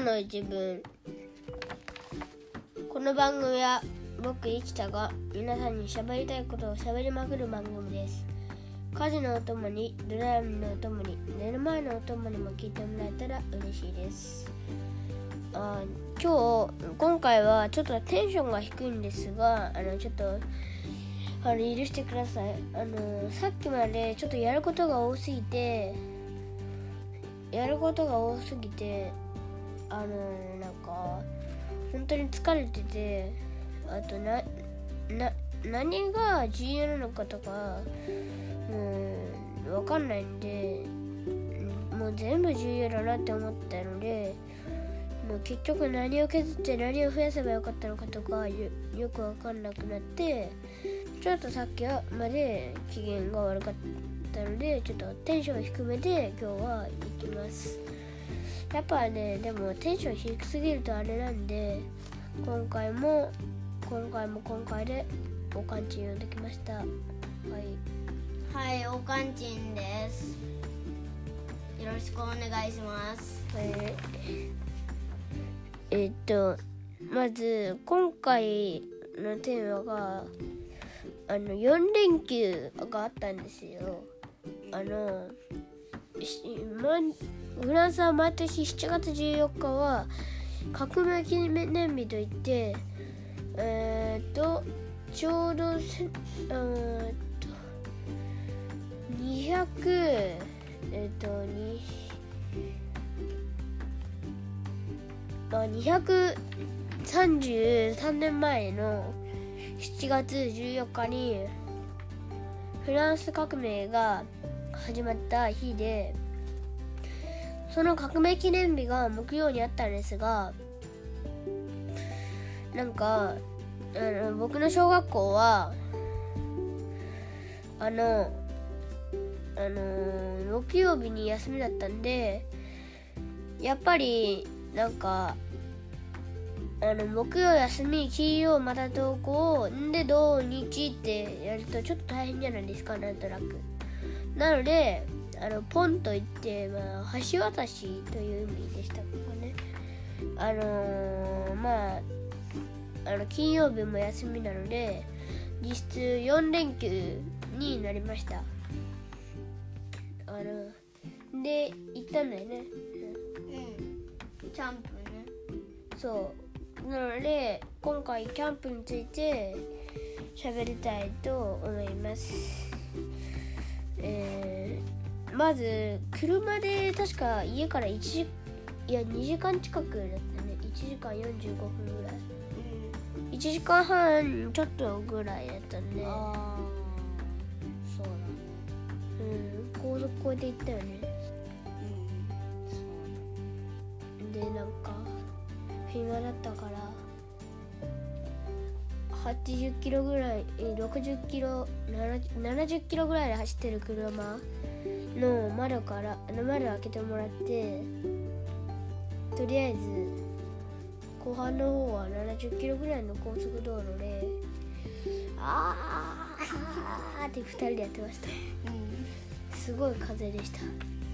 の一文。この番組は僕生田が皆さんに喋りたいことを喋りまくる番組です。家事のお供に、ドライブのお供に、寝る前のお供にも聞いてもらえたら嬉しいです。今回はちょっとテンションが低いんですが、ちょっと許してください。さっきまでちょっとやることが多すぎてなんか本当に疲れてて、あと何が重要なのかとかわかんないんで、もう全部重要だなって思ったので、もう結局何を削って何を増やせばよかったのかとか よくわかんなくなって、ちょっとさっきまで機嫌が悪かったので、ちょっとテンション低めで今日は行きます。やっぱね、でもテンション低すぎるとあれなんで、今回もでおかんちん呼んできました。はい、 おかんちんです。よろしくお願いします。 まず今回のテーマが4連休があったんですよ。フランスは毎年7月14日は革命記念日といって、ちょうど233年前の7月14日にフランス革命が始まった日で、その革命記念日が木曜にあったんですが、なんか僕の小学校は木曜日に休みだったんで、やっぱりなんか木曜休み、金曜また登校で土日ってやるとちょっと大変じゃないですか、なんとなく。なのでポンと言って、橋渡しという意味でしたかね。金曜日も休みなので実質4連休になりました。で行ったんだよね。 キャンプね。 そうなので今回キャンプについて喋りたいと思います。まず車で確か家から2時間近くだったね。1時間45分ぐらい、1時間半ちょっとぐらいだったんで、 そうだね。 高速越えて行ったよね。でなんか暇だったから80キロぐらい、60キロ、70キロぐらいで走ってる車の窓開けてもらって、とりあえず後半の方は70キロぐらいの高速道路でって2人でやってました。すごい風でした。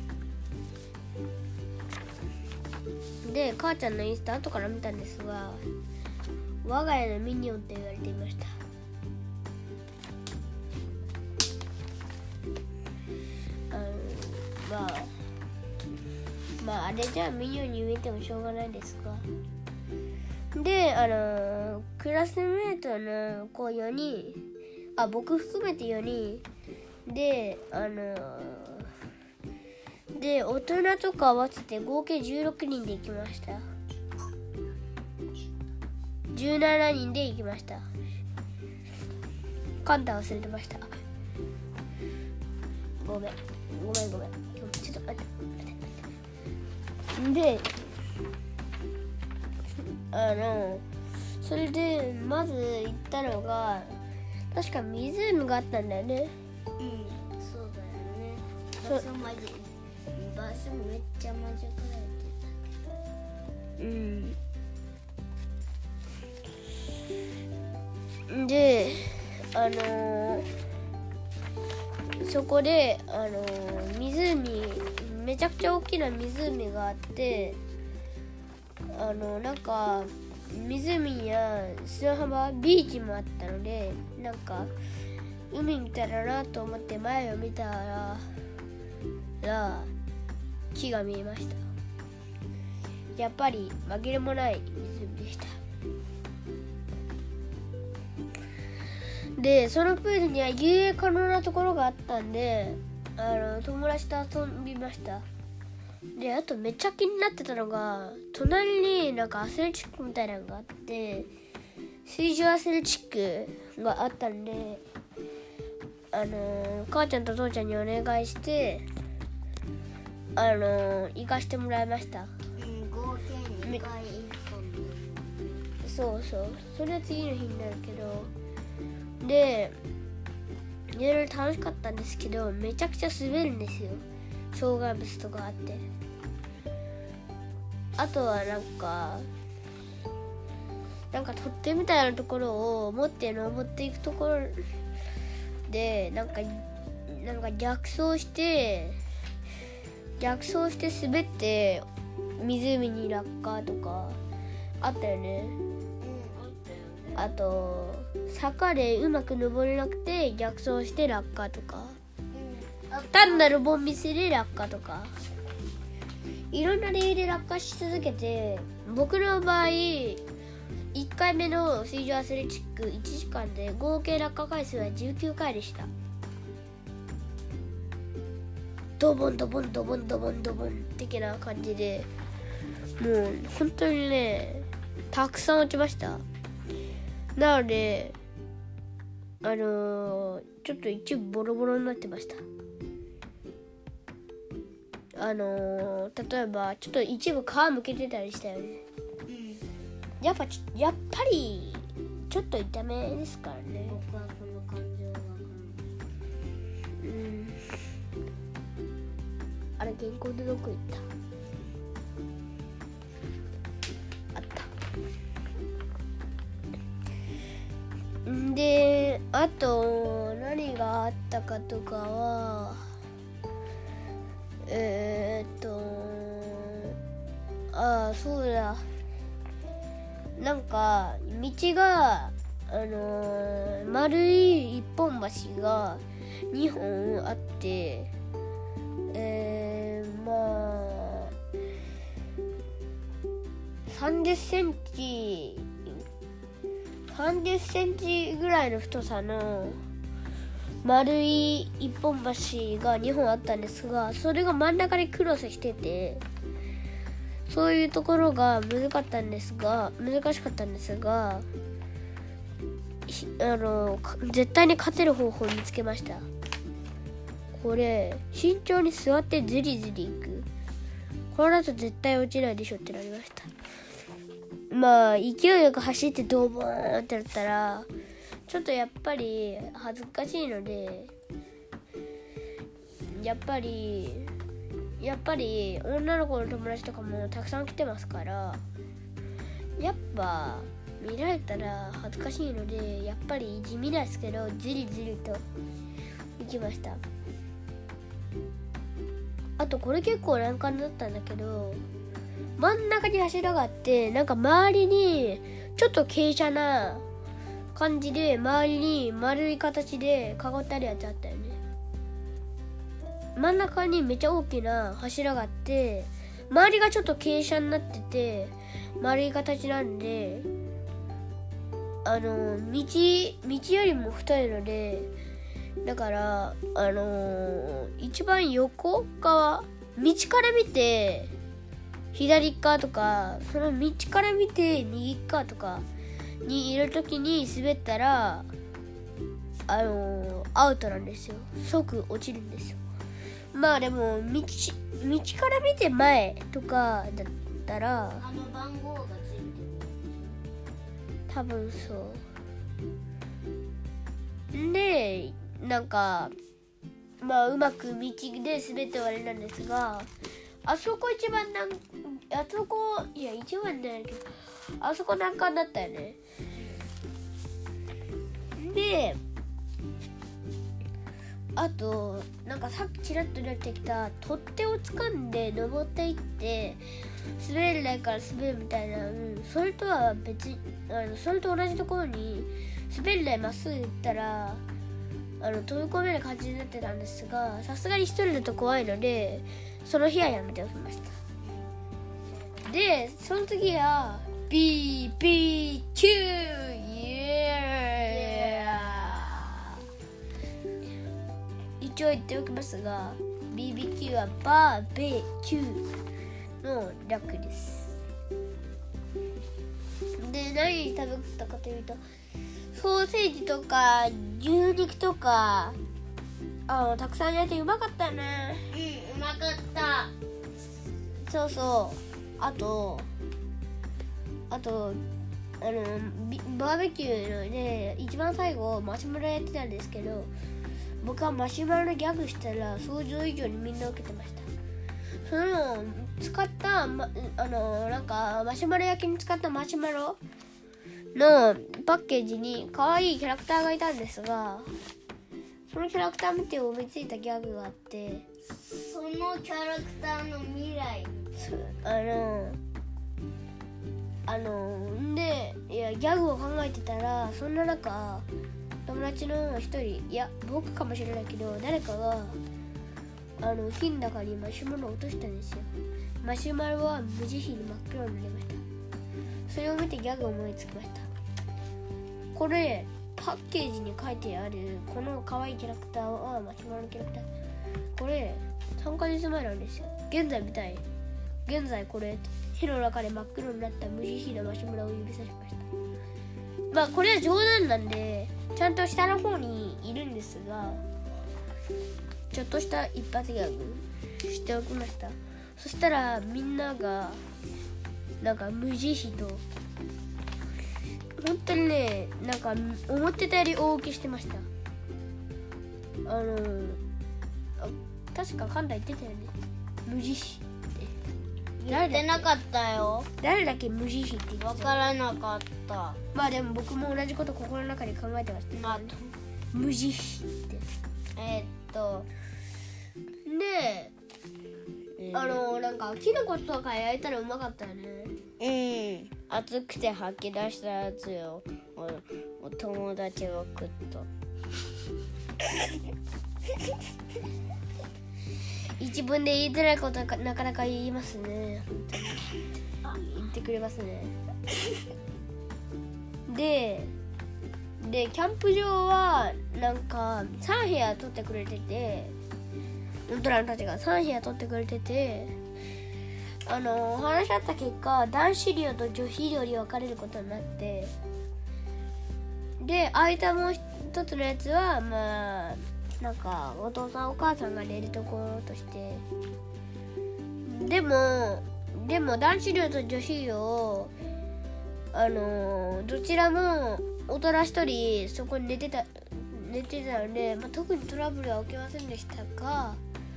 で母ちゃんのインスタ後から見たんですが、我が家のミニオンって言われていました。あれじゃあミニオンに見えてもしょうがないですが、でクラスメートの子4人、僕含めて4人でで大人とか合わせて合計16人で行きました。17人で行きました。カンタ忘れてました。ごめん。ちょっと待って。でそれでまず行ったのが確か湖があったんだよね。 そうだよね。場所めっちゃ間違えてた。でそこでめちゃくちゃ大きな湖があって、 なんか湖や砂浜、ビーチもあったので、なんか海見たらなと思って前を見たら木が見えました。やっぱり紛れもない湖でした。で、そのプールには遊泳可能なところがあったんで、友達と遊びました。で、あとめっちゃ気になってたのが、隣になんかアスレチックみたいなのがあって、水上アスレチックがあったんで、母ちゃんと父ちゃんにお願いして行かしてもらいました。 合計2回そうそう、それは次の日になるけど、でいろいろ楽しかったんですけど、めちゃくちゃ滑るんですよ。障害物とかあって、あとはなんか取っ手みたいなところを持って登っていくところでなんか逆走して滑って湖に落下とかあったよね。あと坂でうまく登れなくて逆走して落下とか、単なるボンミスで落下とか、いろんな理由で落下し続けて、僕の場合1回目の水上アスレチック1時間で合計落下回数は19回でした。ドボンドボンドボンドボンドボン的な感じで、もう本当にね、たくさん落ちました。なのでちょっと一部ボロボロになってました。例えばちょっと一部皮むけてたりしたよね。やっぱりちょっと痛めですからね。 僕はその感情がわかんない。 あれ、原稿でどこ行った？あった。で、あと何があったかとかはそうだ、なんか道が丸い一本橋が2本あって、30センチぐらいの太さの丸い一本橋が2本あったんですが、それが真ん中でクロスしてて、そういうところが難しかったんですが、絶対に勝てる方法を見つけました。これ、慎重に座ってズリズリいく。これだと絶対落ちないでしょってなりました。勢いよく走ってドボーンってなったらちょっとやっぱり恥ずかしいので、やっぱり女の子の友達とかもたくさん来てますから、やっぱ見られたら恥ずかしいので、やっぱり地味ですけどズリズリと行きました。あとこれ結構難関だったんだけど、真ん中に柱があって、なんか周りにちょっと傾斜な感じで周りに丸い形で囲ってあるやつあったよね。真ん中にめっちゃ大きな柱があって、周りがちょっと傾斜になってて丸い形なんで、道よりも太いので、だから一番横側、道から見て左側とか、その道から見て右側とかにいるときに滑ったらアウトなんですよ。即落ちるんですよ。でも道から見て前とかだったら番号がついてる。 多分そう。で、なんかうまく道で滑って終わりなんですが、あそこ一番じゃないけど、あそこ難関だったよね。 あとなんかさっきちらっと出てきた取っ手を掴んで登っていって滑り台から滑るみたいな、それとは別にそれと同じところに滑り台まっすぐ行ったら飛び込める感じになってたんですが、さすがに一人だと怖いのでその日はやめておきました。でその次は BBQ 一応言っておきますが BBQ はバーベキューの略です。で何食べたかというとソーセージとか牛肉とかたくさんやってうまかったね。 うまかった。 そうそう。あとバーベキューで一番最後マシュマロやってたんですけど、僕はマシュマロのギャグしたら想像以上にみんな受けてました。その使った、なんかマシュマロ焼きに使ったマシュマロのパッケージに可愛いキャラクターがいたんですが、そのキャラクター見て思いついたギャグがあって、 そのキャラクターの未来でギャグを考えてたら、そんな中友達の一人、いや僕かもしれないけど誰かが火の中にマシュマロを落としたんですよ。マシュマロは無慈悲に真っ黒になりました。それを見てギャグを思いつきました。これパッケージに書いてあるこの可愛いキャラクターはマシュマロのキャラクター、これ3ヶ月前なんですよ。現在これ火の中で真っ黒になった無慈悲なマシュマロを指さしました。これは冗談なんでちゃんと下の方にいるんですが、ちょっとした一発ギャグしておきました。そしたらみんながなんか無慈悲と本当にね、なんか思ってたより大受けしてました。確かカンタ言ってたよね、無慈悲って言ってなかったよ。 誰だっけ無慈悲って言ってた。 わからなかった。 でも僕も同じこと心の中で考えてました、無慈悲ってでなんかキノコとか焼いたらうまかったよね。 熱くて吐き出したやつよ。お友達が食った。 一文で言いづらいことなかなか言いますね。本当に言ってくれますね。でキャンプ場はなんか3部屋取ってくれてて、ウルトラのたちが3部屋取ってくれてて、話し合った結果男子寮と女子寮に分かれることになって、で空いたもう一つのやつはなんかお父さんお母さんが寝るところとして、でも男子寮と女子寮どちらも大人一人そこに寝てたので、特にトラブルは起きませんでしたが、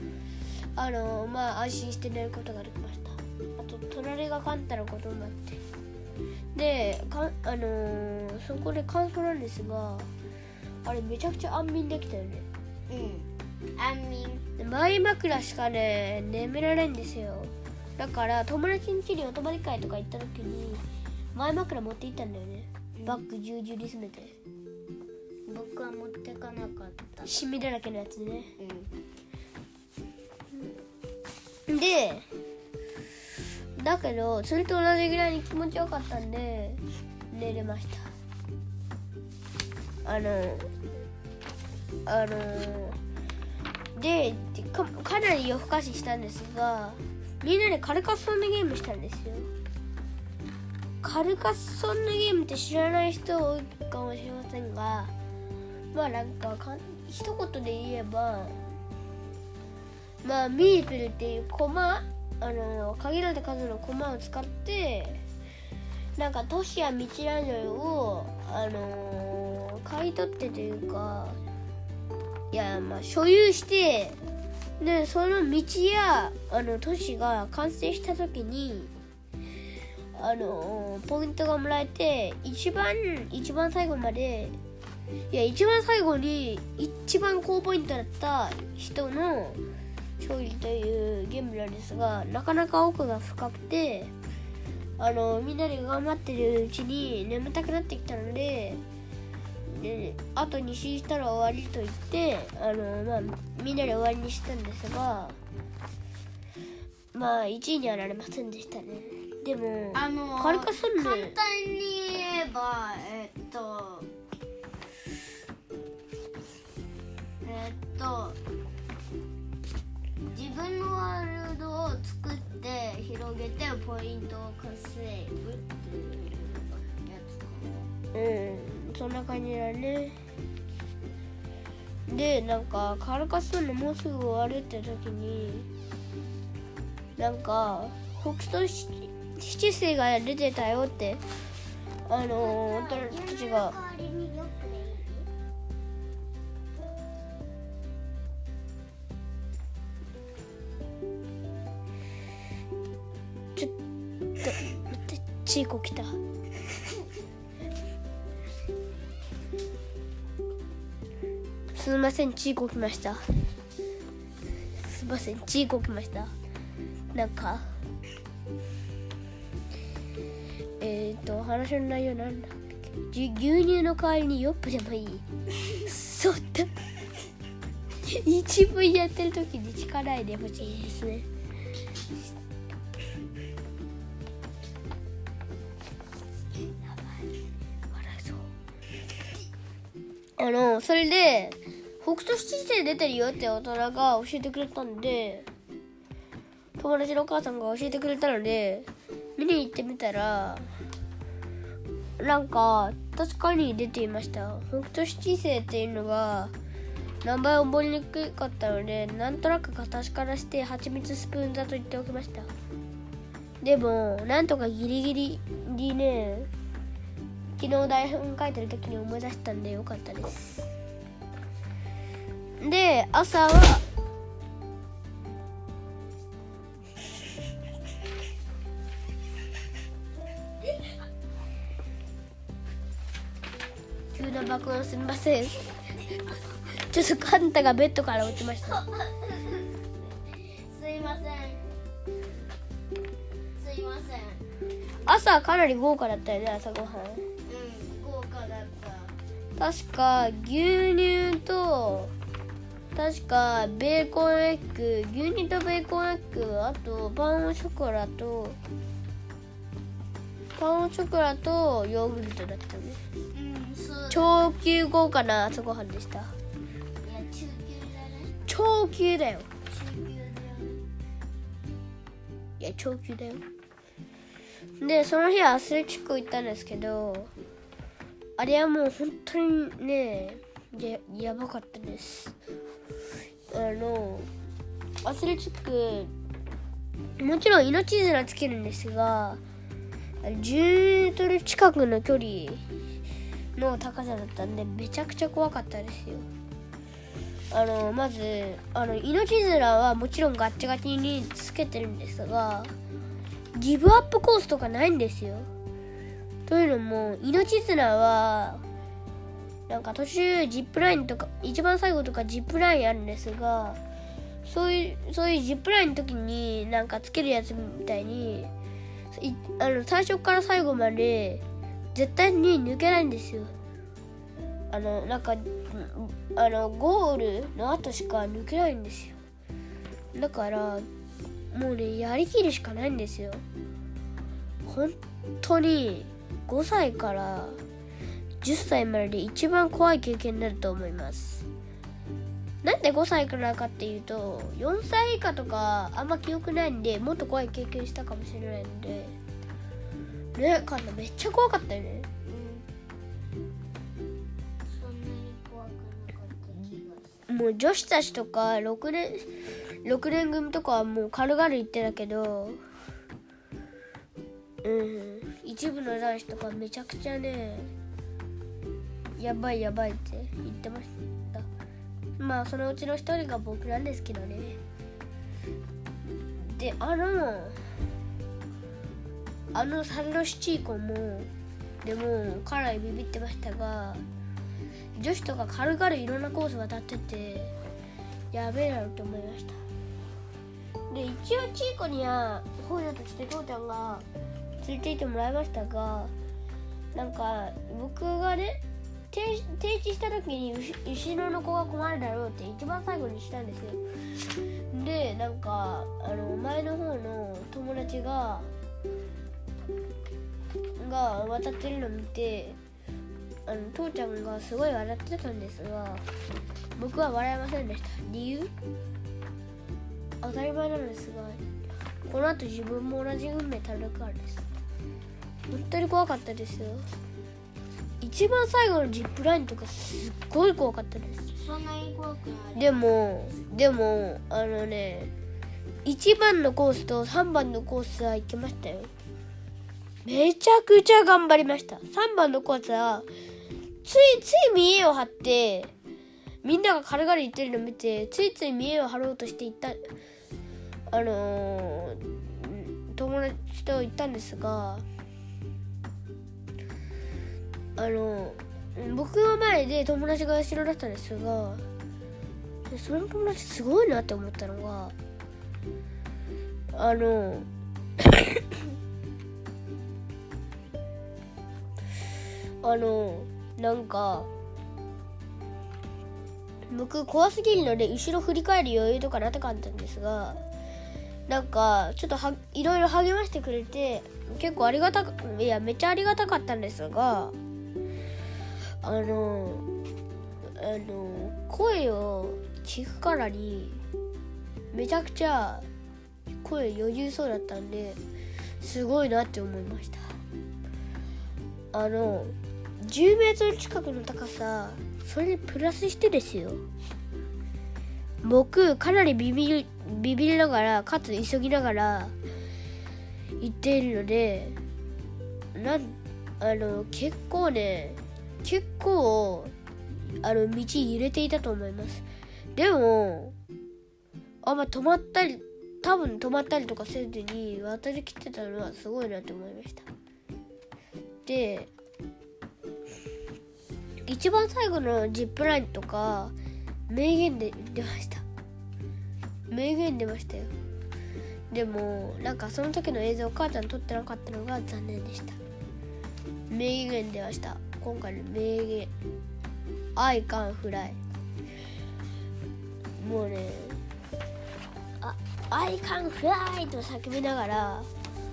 安心して寝ることができました。あと隣がカンタのこともあって、でそこで感想なんですが、あれめちゃくちゃ安眠できたよね。 安眠。 前枕しかね眠れないんですよ。だから友達ん家にお泊まり会とか行った時に前枕持って行ったんだよね。バッグぎゅうぎゅうに詰めて。 僕は持ってかなかった。 シミだらけのやつね。でだけどそれと同じぐらいに気持ちよかったんで寝れました。でかなり夜更かししたんですが、みんなでカルカッソンのゲームしたんですよ。カルカッソンのゲームって知らない人多いかもしれませんが、なんか一言で言えばミープルっていうコマ、限られた数のコマを使ってなんか都市や道などを買い取ってというか、所有して、でその道や都市が完成した時にポイントがもらえて、一番最後までいや一番最後に一番高ポイントだった人の勝利というゲームなんですが、なかなか奥が深くて、みんなで頑張ってるうちに眠たくなってきたので、あと2周したら終わりと言ってみんなで終わりにしたんですが、1位にはなれませんでしたね。でもカルカソンヌ、 簡単に言えば自分のワールドを作って広げてポイントを稼ぐっていうやつかな。 そんな感じだね。でなんかカルカソンヌもうすぐ終わるって時になんか北斗七星が出てたよって大人たちがちょっと待って、チーコ来た。すみません、チーコ来ました。すみません、チーコ来ました。なんか話の内容なんだっけ。牛乳の代わりにヨップでもいい。そうだ。一分やってる時に力入れてほしいですね。それで北斗七星出てるよって大人が教えてくれたんで、友達のお母さんが教えてくれたので見に行ってみたら、なんか確かに出ていました。北斗七星っていうのが名前覚えにくかったので、なんとなく形からして蜂蜜スプーンだと言っておきました。でもなんとかギリギリにね、昨日台本書いてる時に思い出したんでよかったです。で朝は急な爆音すみません。ちょっとカンタがベッドから落ちました。 すいません。 朝かなり豪華だったよね、朝ごはん。 豪華だった。 確か牛乳と確かベーコンエッグ、牛乳とベーコンエッグ、あとパンオショコラとヨーグルトだったね。超級豪華な朝ごはんでした。 いや中級だね。 超級だよ。 中級だよね。 いや超級だよ。でその日はアスレチック行ったんですけど、あれはもう本当にね やばかったです。アスレチックもちろん命綱つけるんですが、10メートル近くの距離の高さだったんでめちゃくちゃ怖かったですよ。まず命綱はもちろんガッチガチにつけてるんですが、ギブアップコースとかないんですよ。というのも命綱はなんか途中ジップラインとか一番最後とかジップラインあるんですが、そういうジップラインの時になんかつけるやつみたいに最初から最後まで絶対に抜けないんですよ。なんかゴールの後しか抜けないんですよ。だからもうねやりきるしかないんですよ。本当に5歳から10歳までで一番怖い経験になると思います。なんで5歳からかっていうと、4歳以下とかあんま記憶ないんでもっと怖い経験したかもしれないのでね。カンナめっちゃ怖かったよね。 そんなに怖くなかった気がする。 もう女子たちとか6年組とかはもう軽々言ってたけど、一部の男子とかめちゃくちゃねやばいって言ってました。まあそのうちの一人が僕なんですけどね。でサルロシチーコもでもかなりビビってましたが、 女子とか軽々いろんなコース渡っててやべえなと思いました。で一応チーコには補助として父ちゃんがついていてもらいましたが、なんか僕がね停止した時に後ろの子が困るだろうって一番最後にしたんですよ。でなんか前の方の友達が渡ってるのを見て父ちゃんがすごい笑ってたんですが、僕は笑いませんでした。理由当たり前なんですが、この後自分も同じ運命たるからです。本当に怖かったですよ。一番最後のジップラインとかすっごい怖かったです。 そんなに怖くない。 でも1番のコースと3番のコースは行きましたよ。めちゃくちゃ頑張りました。3番のコースはつい見栄を張って、みんなが軽々言ってるのを見てつい見栄を張ろうとして行った友達と行ったんですが、僕が前で友達が後ろだったんですが、その友達すごいなって思ったのがなんか僕怖すぎるので後ろ振り返る余裕とかなかったんですが、なんかちょっといろいろ励ましてくれて結構めっちゃありがたかったんですが、声を聞くからにめちゃくちゃ声余裕そうだったんですごいなって思いました。10メートル近くの高さ、それにプラスしてですよ、僕かなりビビりながらかつ急ぎながら行っているので、結構道揺れていたと思います。でも止まったりとかせずに渡りきってたのはすごいなって思いました。で一番最後のジップラインとか名言で出ましたよ。でもなんかその時の映像母ちゃん撮ってなかったのが残念でした。名言出ました。今回の名言、I can fly。もうね、I can fly と叫びながら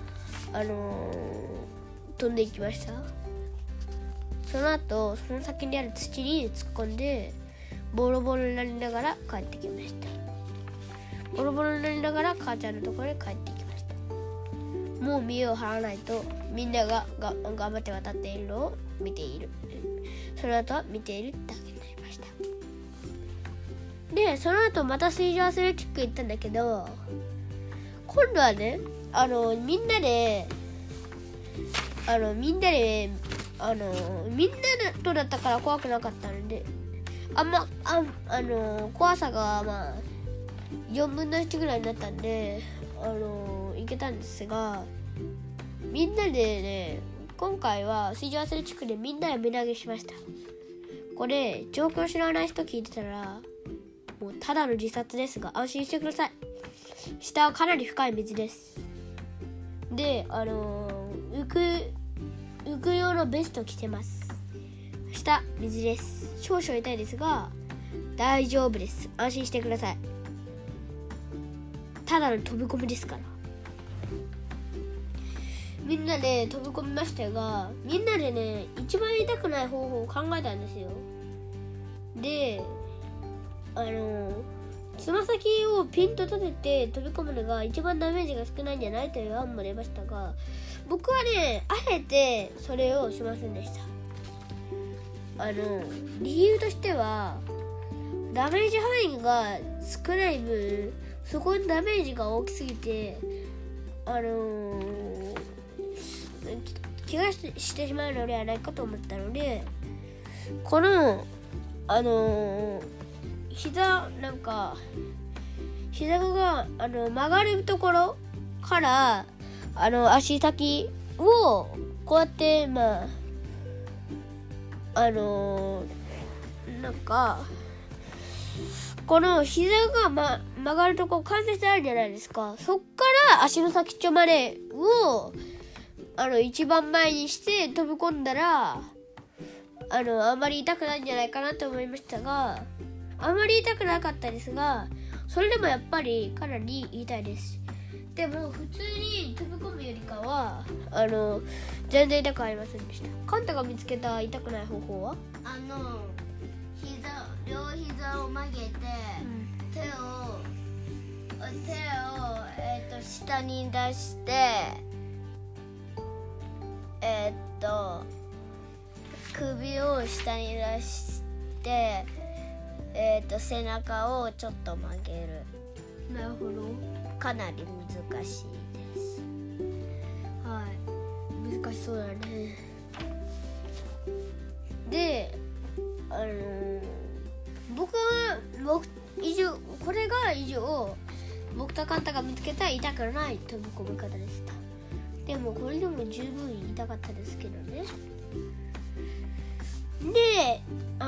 飛んでいきました。その後その先にある土に突っ込んでボロボロになりながら帰ってきました。ボロボロになりながら母ちゃんのところに帰ってきました。もう見栄を張らないとみんなが頑張って渡っているのを見ている。その後は見ているだけになりました。でその後また水上アスレチック行ったんだけど、今度はねみんなとだったから怖くなかったので怖さが4分の1ぐらいになったんで行けたんですが、みんなでね今回は水上アスレチックでみんなで身投げしました。これ状況知らない人聞いてたらもうただの自殺ですが安心してください。下はかなり深い水です。で浮く用のベスト着てます。下水です。少々痛いですが大丈夫です。安心してください。ただの飛び込みですから。みんなで飛び込みましたが、みんなでね一番痛くない方法を考えたんですよ。でつま先をピンと立てて飛び込むのが一番ダメージが少ないんじゃないという案も出ましたが、僕はねあえてそれをしませんでした。理由としてはダメージ範囲が少ない分そこにダメージが大きすぎて怪我してしまうのではないかと思ったので、この膝が曲がるところから足先をこうやってなんかこの膝が、曲がるとこ関節あるじゃないですか。そっから足の先っちょまでを一番前にして飛び込んだらあんまり痛くないんじゃないかなと思いましたが、あまり痛くなかったですが、それでもやっぱりかなり痛いです。でも普通に飛び込むよりかは全然痛くありませんでした。カンタが見つけた痛くない方法は両膝を曲げて、手を下に出して首を下に出して背中をちょっと曲げる。 なるほど。 かなり難しいです。 はい、難しそうだね。でこれが以上僕とカンタが見つけた痛くない飛び込み方でした。でもこれでも十分痛かったですけどね。で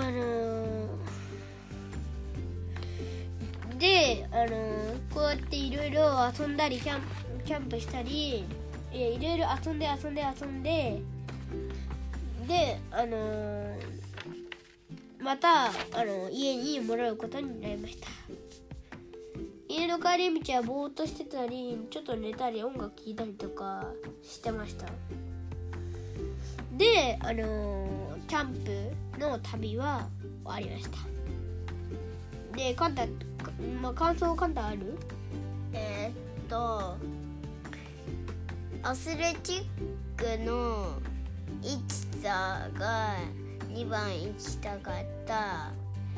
こうやっていろいろ遊んだりキャンプしたりいろいろ遊んででまた家にもらうことになりました。家の帰り道はぼーっとしてたりちょっと寝たり音楽聴いたりとかしてました。でキャンプの旅は終わりました。でカンタ、感想カンタある？ アスレチックの行きたが2番行きたかった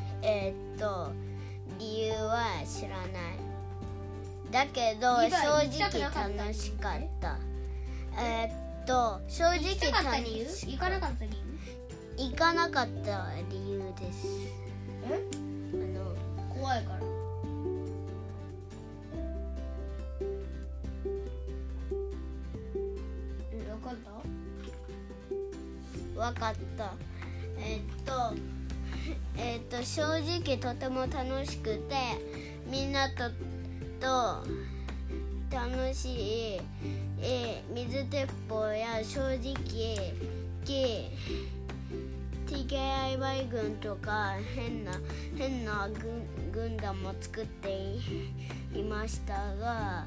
理由は知らない。だけど正直楽しかった。正直行かなかった理由？行かなかった理由です。怖いから。 わかった。正直とても楽しくてみんなと楽しい、水鉄砲や正直TKIY 軍とか変な軍団も作っていましたが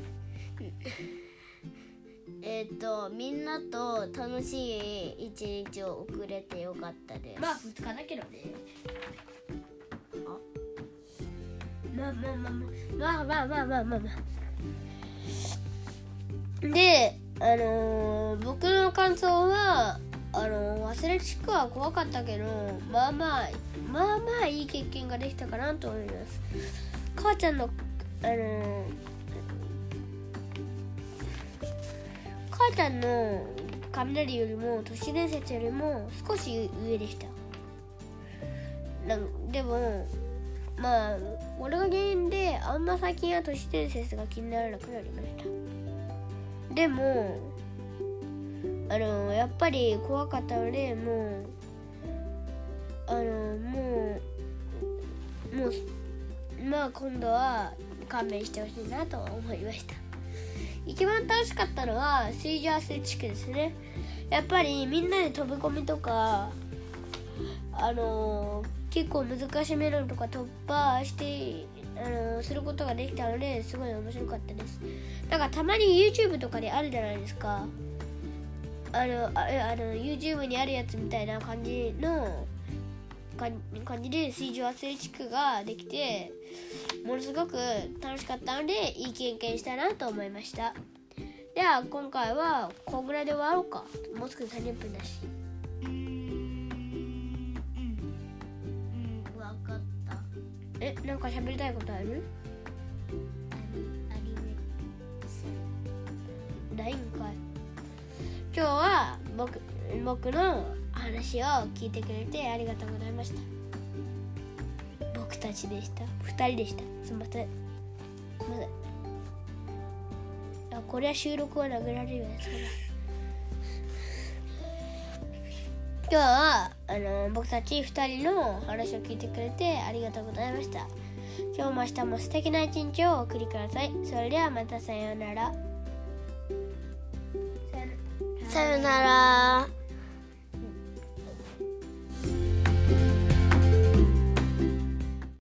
みんなと楽しい一日を送れてよかったです。 まあ2日だけどね。まあ。で、僕の感想はアスレチックは怖かったけど、まあまあいい経験ができたかなと思います。母ちゃんの母ちゃんの雷よりも都市伝説よりも少し上でした。でもまあこれが原因であんま最近は都市伝説が気にならなくなりました。でもやっぱり怖かったのでもうまあ今度は勘弁してほしいなと思いました。一番楽しかったのは水上アスレチックですね。やっぱりみんなで飛び込みとか結構難しめのとか突破してすることができたのですごい面白かったです。だからたまに YouTube とかであるじゃないですか。YouTube にあるやつみたいな感じで水上アスレチックができてものすごく楽しかったのでいい経験したなと思いました。では今回はこんぐらいで終わろうか。もうすぐ30分だし。 わかった。 なんか喋りたいことある？ないんかい。今日は僕の話を聞いてくれてありがとうございました。僕たちでした。2人でした。すみません。これは収録は殴られるやつかな。 今日は僕たち2人の話を聞いてくれてありがとうございました。今日も明日も素敵な一日をお送りください。それではまたさようなら。 さよなら。